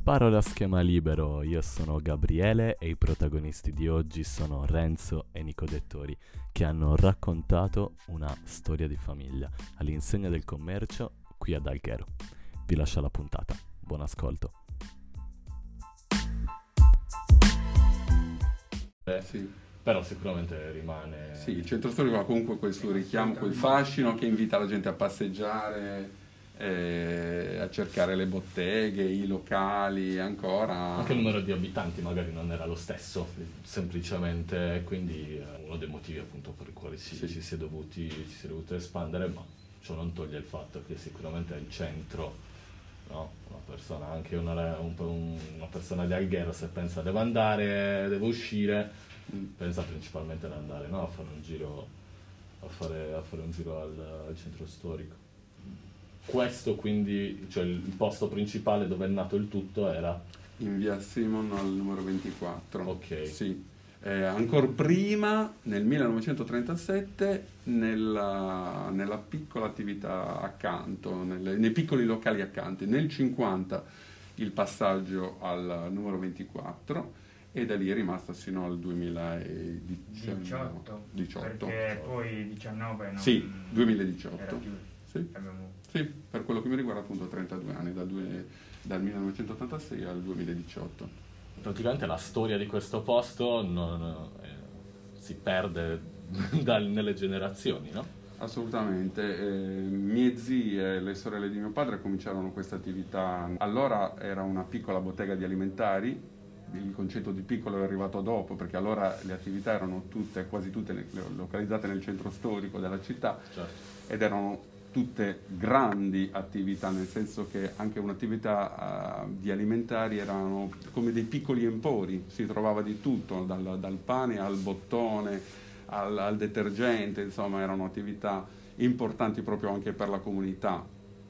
Parole a schema libero, io sono Gabriele e i protagonisti di oggi sono Renzo e Nico Dettori, che hanno raccontato una storia di famiglia all'insegna del commercio qui ad Alghero. Vi lascio la puntata, buon ascolto. Sì. Però sicuramente rimane... Sì, il centro storico ha comunque quel suo richiamo, quel fascino che invita la gente a passeggiare, a cercare le botteghe, i locali, ancora. Anche il numero di abitanti magari non era lo stesso, semplicemente, quindi uno dei motivi appunto per i quali ci si è dovuti espandere, ma ciò non toglie il fatto che sicuramente è il centro, no? Una persona, anche una persona di Alghero, se pensa deve andare, deve uscire, pensa principalmente ad andare, no? A fare un giro, a fare un giro al centro storico. Questo quindi, cioè il posto principale dove è nato il tutto era? In via Simon al numero 24. Ok. Sì. Ancora prima, nel 1937, nella piccola attività accanto, nei piccoli locali accanti. Nel 50 il passaggio al numero 24 e da lì è rimasto sino al 2018. Perché poi 19 non Sì, 2018. era più. Sì. Sì, per quello che mi riguarda appunto 32 anni, dal 1986 al 2018. Praticamente la storia di questo posto si perde nelle generazioni, no? Assolutamente. Mie zie e le sorelle di mio padre cominciarono questa attività. Allora era una piccola bottega di alimentari, il concetto di piccolo è arrivato dopo, perché allora le attività erano quasi tutte localizzate nel centro storico della città, Certo. ed erano tutte grandi attività, nel senso che anche un'attività di alimentari erano come dei piccoli empori, si trovava di tutto, dal pane al bottone, al detergente, insomma erano attività importanti proprio anche per la comunità,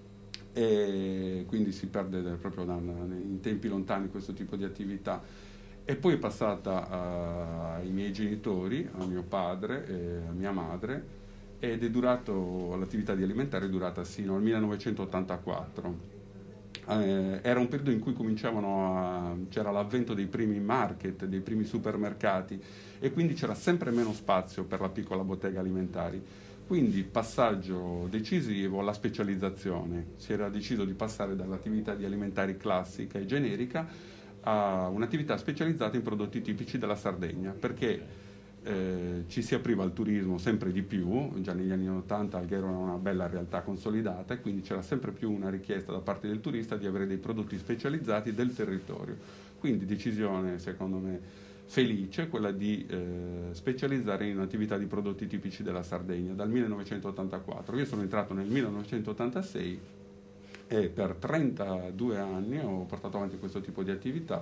e quindi si perde proprio in tempi lontani questo tipo di attività. E poi è passata ai miei genitori, a mio padre e a mia madre, ed l'attività di alimentare è durata sino al 1984. Era un periodo in cui c'era l'avvento dei primi market, dei primi supermercati, e quindi c'era sempre meno spazio per la piccola bottega alimentari. Quindi passaggio decisivo alla specializzazione. Si era deciso di passare dall'attività di alimentari classica e generica a un'attività specializzata in prodotti tipici della Sardegna, perché ci si apriva al turismo sempre di più. Già negli anni 80 Alghero era una bella realtà consolidata, e quindi c'era sempre più una richiesta da parte del turista di avere dei prodotti specializzati del territorio. Quindi decisione, secondo me, felice, quella di specializzare in attività di prodotti tipici della Sardegna dal 1984. Io sono entrato nel 1986 e per 32 anni ho portato avanti questo tipo di attività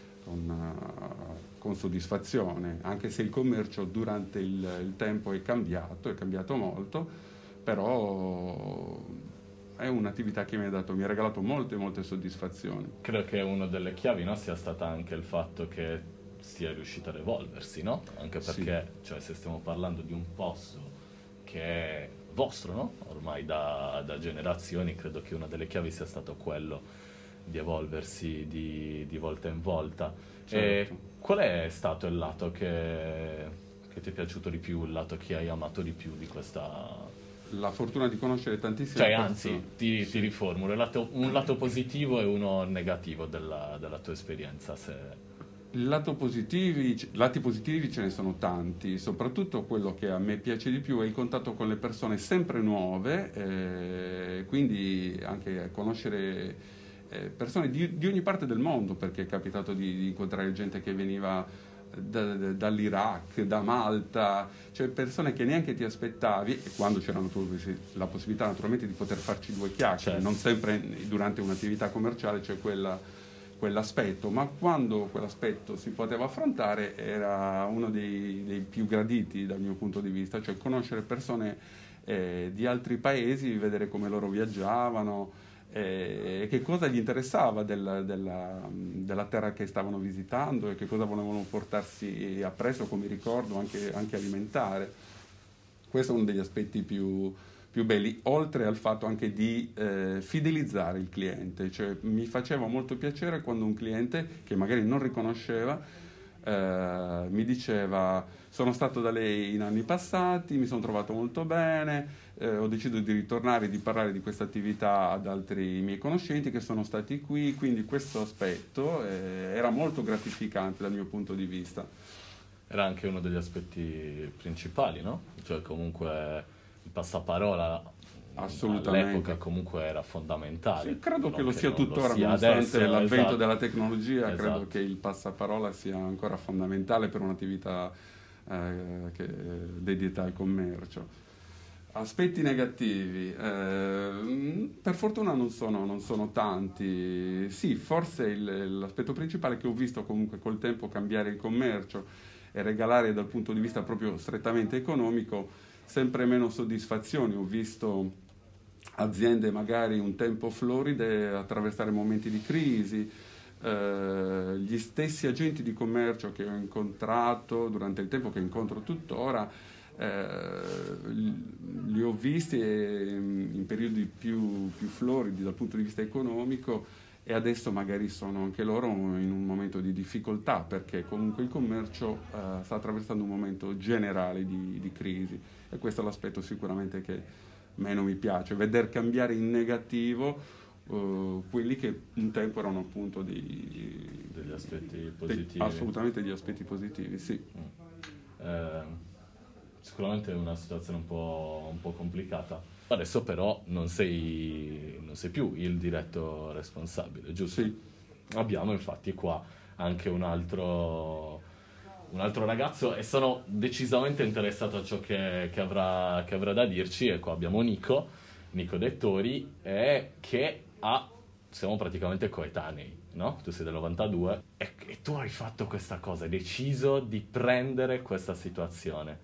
con soddisfazione, anche se il commercio durante il tempo è cambiato molto, però è un'attività che mi ha regalato molte soddisfazioni. Credo che una delle chiavi, no, sia stata anche il fatto che sia riuscito ad evolversi, no? Anche perché, cioè, se stiamo parlando di un posto che è vostro, no? Ormai da generazioni, credo che una delle chiavi sia stato quello di evolversi di volta in volta. Certo. E qual è stato il lato che ti è piaciuto di più, il lato che hai amato di più di questa... La fortuna di conoscere tantissime Cioè, persone. anzi, ti riformulo, un lato positivo e uno negativo della tua esperienza. Lati positivi ce ne sono tanti, soprattutto quello che a me piace di più è il contatto con le persone sempre nuove, quindi anche conoscere persone di ogni parte del mondo, perché è capitato di incontrare gente che veniva dall'Iraq, da Malta, cioè persone che neanche ti aspettavi, e quando c'era la possibilità naturalmente di poter farci due chiacchiere, Certo. Non sempre durante un'attività commerciale c'è quell'aspetto, ma quando quell'aspetto si poteva affrontare era uno dei più graditi dal mio punto di vista, cioè conoscere persone di altri paesi, vedere come loro viaggiavano, che cosa gli interessava della terra che stavano visitando e che cosa volevano portarsi appresso come ricordo anche alimentare. Questo è uno degli aspetti più più belli, oltre al fatto anche di fidelizzare il cliente. Cioè, mi faceva molto piacere quando un cliente che magari non riconosceva mi diceva: sono stato da lei in anni passati, mi sono trovato molto bene, ho deciso di ritornare e di parlare di questa attività ad altri miei conoscenti che sono stati qui, quindi questo aspetto era molto gratificante dal mio punto di vista. Era anche uno degli aspetti principali, no? Cioè comunque il passaparola all'epoca comunque era fondamentale. Sì, credo che lo sia tuttora, nonostante l'avvento della tecnologia, credo che il passaparola sia ancora fondamentale per un'attività dedita al commercio. Aspetti negativi, per fortuna non sono tanti. Sì, forse l'aspetto principale che ho visto comunque col tempo cambiare il commercio e regalare dal punto di vista proprio strettamente economico sempre meno soddisfazioni. Ho visto aziende magari un tempo floride attraversare momenti di crisi. Gli stessi agenti di commercio che ho incontrato durante il tempo, che incontro tuttora, li ho visti in periodi più floridi dal punto di vista economico, e adesso magari sono anche loro in un momento di difficoltà, perché comunque il commercio sta attraversando un momento generale di crisi, e questo è l'aspetto sicuramente che meno mi piace, veder cambiare in negativo quelli che un tempo erano appunto degli aspetti positivi. Assolutamente degli aspetti positivi, sì. Sicuramente è una situazione un po' complicata. Adesso però non sei più il diretto responsabile, giusto? Sì. Abbiamo infatti qua anche un altro ragazzo, e sono decisamente interessato a ciò che avrà da dirci. E qua abbiamo Nico Dettori, che siamo praticamente coetanei, no? Tu sei del 92 e tu hai fatto questa cosa, hai deciso di prendere questa situazione.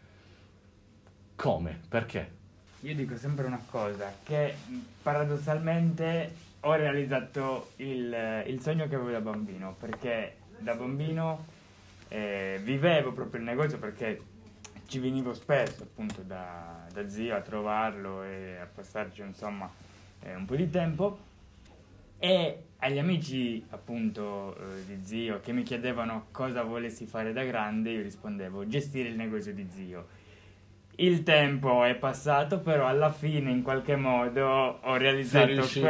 Come? Perché? Io dico sempre una cosa, che paradossalmente ho realizzato il sogno che avevo da bambino, perché da bambino vivevo proprio il negozio, perché ci venivo spesso appunto da zio a trovarlo e a passarci insomma un po' di tempo, e agli amici appunto di zio che mi chiedevano cosa volessi fare da grande, io rispondevo: gestire il negozio di zio. Il tempo è passato, però alla fine in qualche modo ho realizzato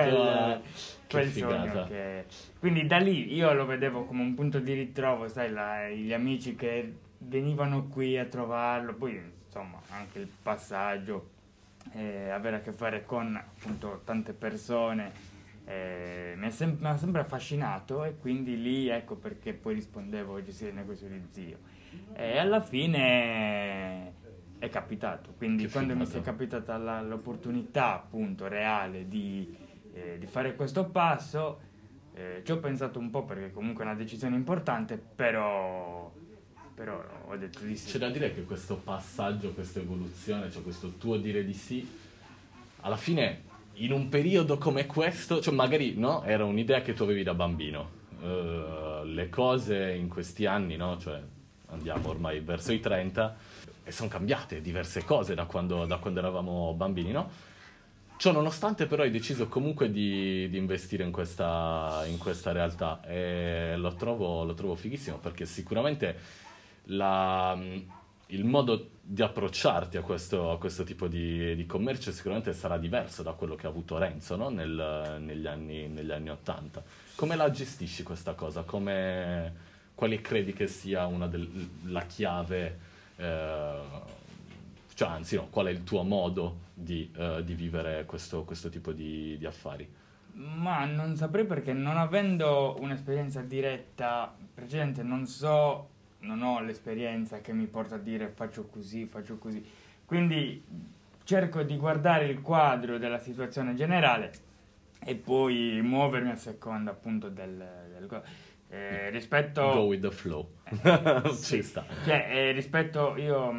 quel sogno quindi da lì io lo vedevo come un punto di ritrovo, sai, gli amici che venivano qui a trovarlo, poi insomma anche il passaggio, avere a che fare con appunto tante persone, mi ha sempre affascinato, e quindi lì ecco perché poi rispondevo a gestire il negozio di zio, e alla fine è capitato, quindi quando mi si è capitata l'opportunità appunto reale di fare questo passo, ci ho pensato un po', perché comunque è una decisione importante, però ho detto di sì. C'è da dire che questo passaggio, questa evoluzione, cioè questo tuo dire di sì, alla fine in un periodo come questo, cioè magari no, era un'idea che tu avevi da bambino, le cose in questi anni, no, cioè andiamo ormai verso i 30 e sono cambiate diverse cose da quando eravamo bambini, no? Ciò nonostante però hai deciso comunque di investire in questa realtà, e lo trovo fighissimo, perché sicuramente il modo di approcciarti a questo tipo di commercio sicuramente sarà diverso da quello che ha avuto Renzo, no? negli anni 80. Come la gestisci questa cosa? Quali credi che sia la chiave? Cioè, anzi no, qual è il tuo modo di vivere questo tipo di affari? Ma non saprei, perché non avendo un'esperienza diretta precedente non ho l'esperienza che mi porta a dire faccio così, quindi cerco di guardare il quadro della situazione generale e poi muovermi a seconda appunto rispetto go with the flow. Sì. Ci sta, cioè rispetto io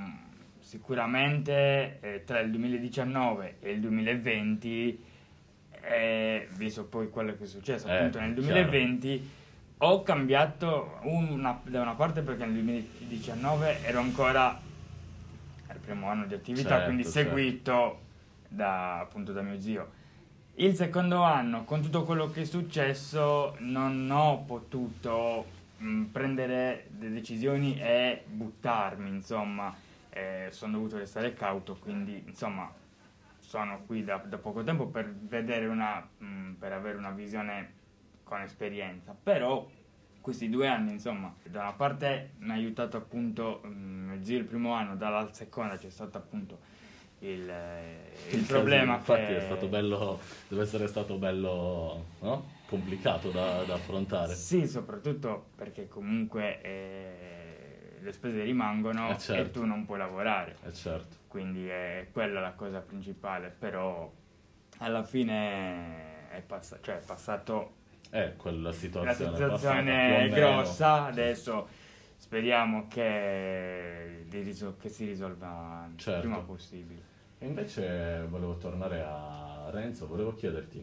sicuramente tra il 2019 e il 2020, visto poi quello che è successo appunto nel 2020, ho cambiato da una parte, perché nel 2019 ero ancora al primo anno di attività, quindi seguito appunto da mio zio. Il secondo anno, con tutto quello che è successo, non ho potuto prendere delle decisioni e buttarmi, insomma, sono dovuto restare cauto, quindi insomma sono qui da poco tempo per vedere per avere una visione con esperienza, però questi 2 anni, insomma, da una parte mi ha aiutato appunto mio zio il primo anno, dalla seconda c'è stato appunto il problema. Infatti è stato bello, deve essere stato bello, no? Complicato da affrontare. Sì, soprattutto perché comunque le spese rimangono certo. E tu non puoi lavorare. Certo. Quindi è quella la cosa principale, però alla fine è passato. Quella La situazione situazione è grossa, adesso speriamo che si risolva il certo. prima possibile. E invece volevo tornare a Renzo, volevo chiederti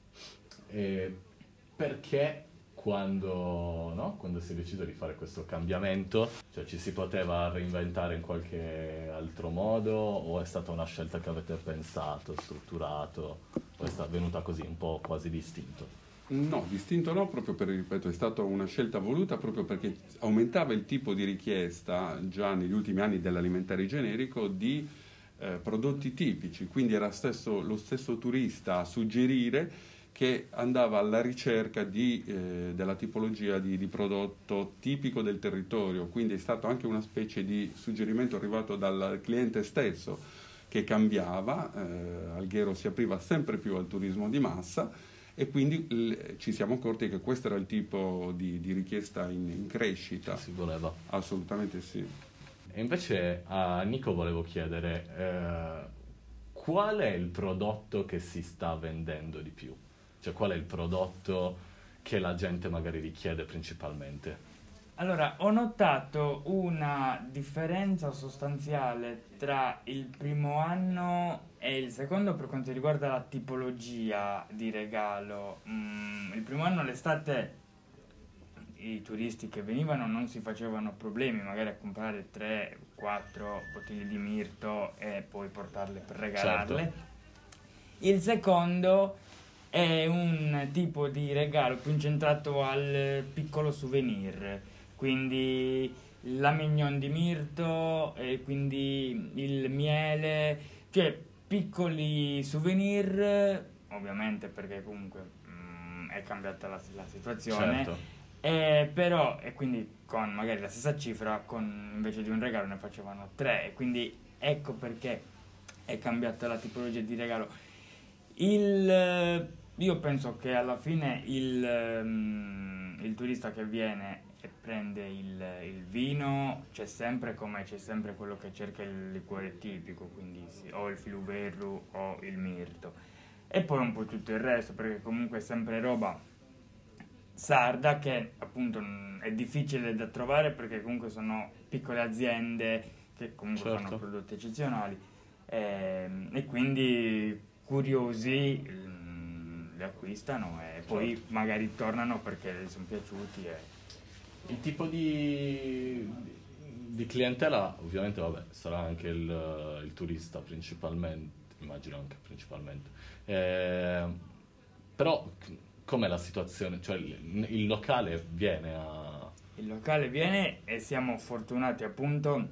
perché quando si è deciso di fare questo cambiamento, cioè ci si poteva reinventare in qualche altro modo, o è stata una scelta che avete pensato, strutturato, o è stata venuta così un po' quasi distinto? No, distinto no, proprio per, ripeto, è stata una scelta voluta proprio perché aumentava il tipo di richiesta già negli ultimi anni dell'alimentare generico di prodotti tipici, quindi era lo stesso turista a suggerire che andava alla ricerca della tipologia di prodotto tipico del territorio, quindi è stato anche una specie di suggerimento arrivato dal cliente stesso che cambiava, Alghero si apriva sempre più al turismo di massa e quindi ci siamo accorti che questo era il tipo di richiesta in crescita. Si voleva. Assolutamente sì. E invece a Nico volevo chiedere qual è il prodotto che si sta vendendo di più? Cioè qual è il prodotto che la gente magari richiede principalmente? Allora, ho notato una differenza sostanziale tra il primo anno e il secondo per quanto riguarda la tipologia di regalo. Il primo anno, l'estate, i turisti che venivano non si facevano problemi magari a comprare 3-4 bottiglie di mirto e poi portarle per regalarle. Certo. Il secondo è un tipo di regalo più incentrato al piccolo souvenir, quindi la mignon di mirto, e quindi il miele, cioè piccoli souvenir, ovviamente perché comunque è cambiata la situazione, certo. però, e quindi con magari la stessa cifra, invece di un regalo ne facevano 3, e quindi ecco perché è cambiata la tipologia di regalo. Io penso che alla fine il turista che viene e prende il vino c'è sempre quello che cerca il liquore tipico, quindi o il filuverru o il mirto, e poi un po' tutto il resto, perché comunque è sempre roba sarda che appunto è difficile da trovare, perché comunque sono piccole aziende che comunque certo. fanno prodotti eccezionali, e quindi curiosi li acquistano e poi magari tornano perché gli sono piaciuti. Il tipo di clientela, ovviamente, vabbè, sarà anche il turista principalmente, immagino anche principalmente. Però com'è la situazione? Cioè il locale viene a... Il locale viene e siamo fortunati appunto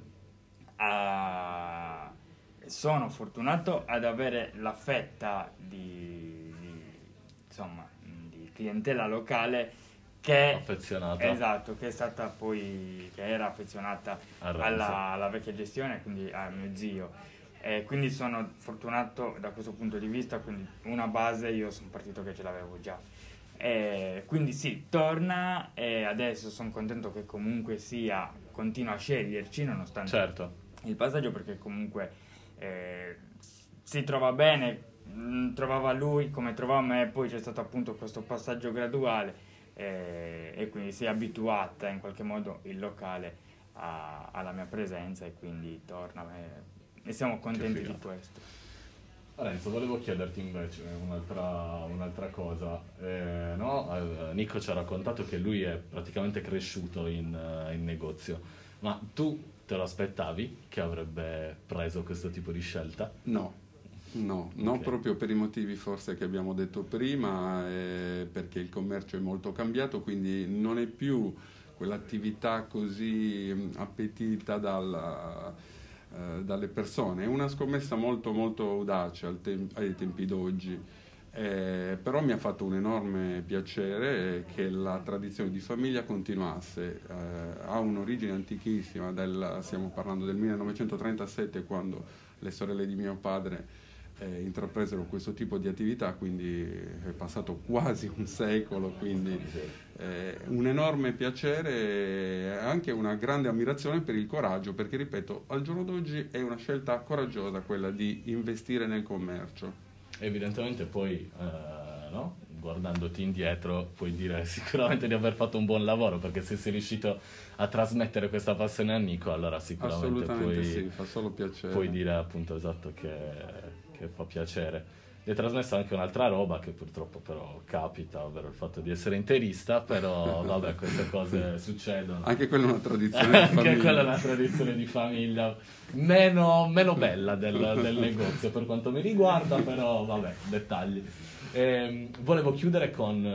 sono fortunato ad avere la fetta di clientela locale che affezionata. Esatto, che è stata poi, che era affezionata alla vecchia gestione, quindi a mio zio, e quindi sono fortunato da questo punto di vista, quindi una base io sono partito che ce l'avevo già, e quindi sì, torna, e adesso sono contento che comunque sia, continua a sceglierci nonostante certo. il passaggio, perché comunque si trova bene, trovava lui come trovava me, poi c'è stato appunto questo passaggio graduale, e quindi si è abituata in qualche modo il locale alla mia presenza, e quindi torna, e siamo contenti di questo. Renzo, volevo chiederti invece un'altra cosa, no? Nico ci ha raccontato che lui è praticamente cresciuto in negozio, ma tu te lo aspettavi che avrebbe preso questo tipo di scelta? No, No, non Ok. proprio per i motivi forse che abbiamo detto prima, perché il commercio è molto cambiato, quindi non è più quell'attività così appetita dalle persone. È una scommessa molto molto audace ai tempi d'oggi. Però mi ha fatto un enorme piacere che la tradizione di famiglia continuasse. Ha un'origine antichissima, stiamo parlando del 1937, quando le sorelle di mio padre intrapresero questo tipo di attività, quindi è passato quasi un secolo, quindi un enorme piacere e anche una grande ammirazione per il coraggio, perché ripeto, al giorno d'oggi è una scelta coraggiosa quella di investire nel commercio. Evidentemente poi, no? Guardandoti indietro, puoi dire sicuramente di aver fatto un buon lavoro, perché se sei riuscito a trasmettere questa passione a Nico, allora sicuramente Assolutamente sì, fa solo piacere. puoi dire appunto esatto che fa piacere. Gli hai trasmesso anche un'altra roba che purtroppo però capita, ovvero il fatto di essere interista, però vabbè, queste cose succedono. Anche quella è una tradizione di famiglia. Anche quella è una tradizione di famiglia meno bella del negozio per quanto mi riguarda, però vabbè, dettagli. Volevo chiudere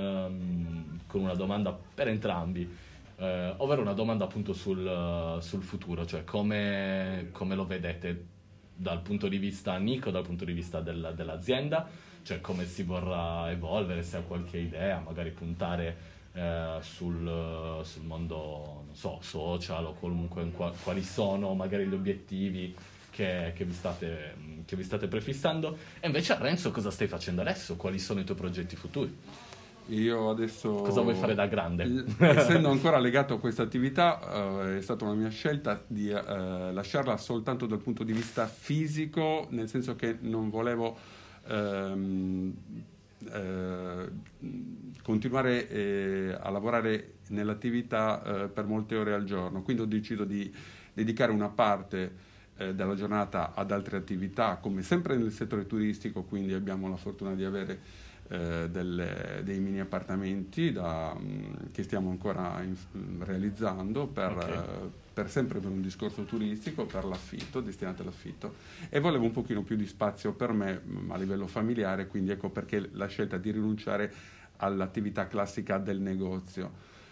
con una domanda per entrambi, ovvero una domanda appunto sul futuro, cioè come lo vedete dal punto di vista Nico, dal punto di vista dell'azienda, cioè come si vorrà evolvere, se ha qualche idea, magari puntare sul mondo, non so, social o comunque quali sono magari gli obiettivi che vi state prefissando. E invece a Renzo cosa stai facendo adesso? Quali sono i tuoi progetti futuri? Io adesso... Cosa vuoi fare da grande? Essendo ancora legato a questa attività, è stata una mia scelta di lasciarla soltanto dal punto di vista fisico, nel senso che non volevo continuare a lavorare nell'attività per molte ore al giorno. Quindi ho deciso di dedicare una parte della giornata ad altre attività, come sempre nel settore turistico, quindi abbiamo la fortuna di avere dei mini appartamenti che stiamo ancora realizzando per sempre per un discorso turistico, per l'affitto, destinato all'affitto, e volevo un pochino più di spazio per me a livello familiare, quindi ecco perché la scelta di rinunciare all'attività classica del negozio.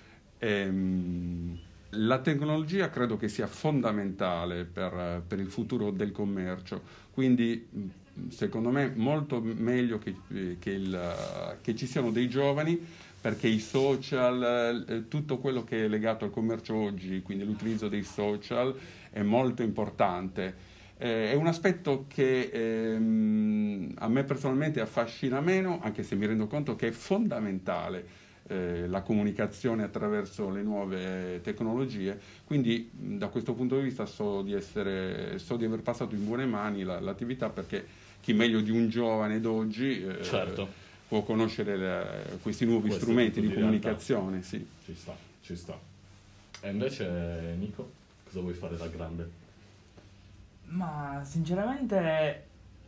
La tecnologia credo che sia fondamentale per il futuro del commercio, quindi secondo me molto meglio che ci siano dei giovani, perché i social, tutto quello che è legato al commercio oggi, quindi l'utilizzo dei social è molto importante. È un aspetto che a me personalmente affascina meno, anche se mi rendo conto che è fondamentale la comunicazione attraverso le nuove tecnologie, quindi da questo punto di vista so di aver passato in buone mani l'attività, perché chi meglio di un giovane d'oggi Certo. può conoscere questi nuovi Questo strumenti tipo di di comunicazione, sì. Ci sta. E invece Nico, cosa vuoi fare da grande? Ma sinceramente,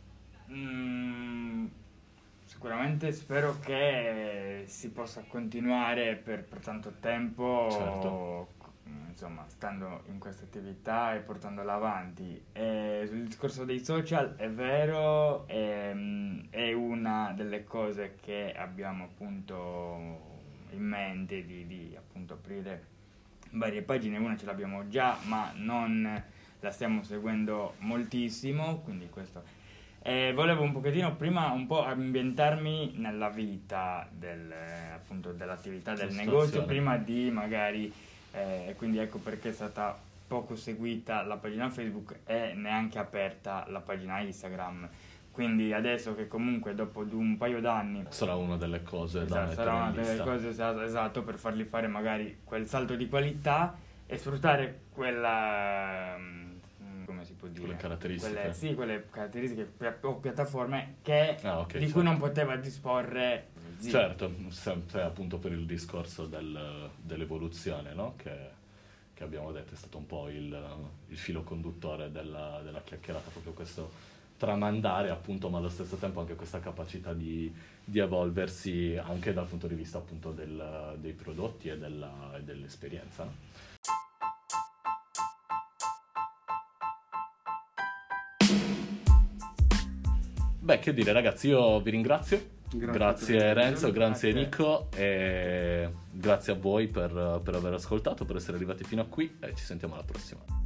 sicuramente spero che si possa continuare per tanto tempo, Certo. insomma, stando in questa attività e portandola avanti. E sul discorso dei social è vero, è una delle cose che abbiamo appunto in mente di appunto aprire varie pagine. Una ce l'abbiamo già, ma non la stiamo seguendo moltissimo, quindi questo. Volevo un pochettino prima un po' ambientarmi nella vita appunto dell'attività del negozio, prima di magari, quindi ecco perché è stata poco seguita la pagina Facebook e neanche aperta la pagina Instagram. Quindi adesso che comunque dopo un paio d'anni Sarà una delle cose da mettere sarà una in delle lista. cose esatto, per fargli fare magari quel salto di qualità e sfruttare quella, come si può dire, Quelle caratteristiche. quelle caratteristiche o piattaforme che Ok, di certo. cui non poteva disporre Zio. Certo, sempre appunto per il discorso dell'evoluzione, no? Che abbiamo detto è stato un po' il filo conduttore della chiacchierata, proprio questo tramandare appunto, ma allo stesso tempo anche questa capacità di evolversi anche dal punto di vista appunto dei prodotti e dell'esperienza, no? Beh, che dire ragazzi, io vi ringrazio. Grazie Renzo, grazie Nico, e grazie a voi per aver ascoltato, per essere arrivati fino a qui, e ci sentiamo alla prossima.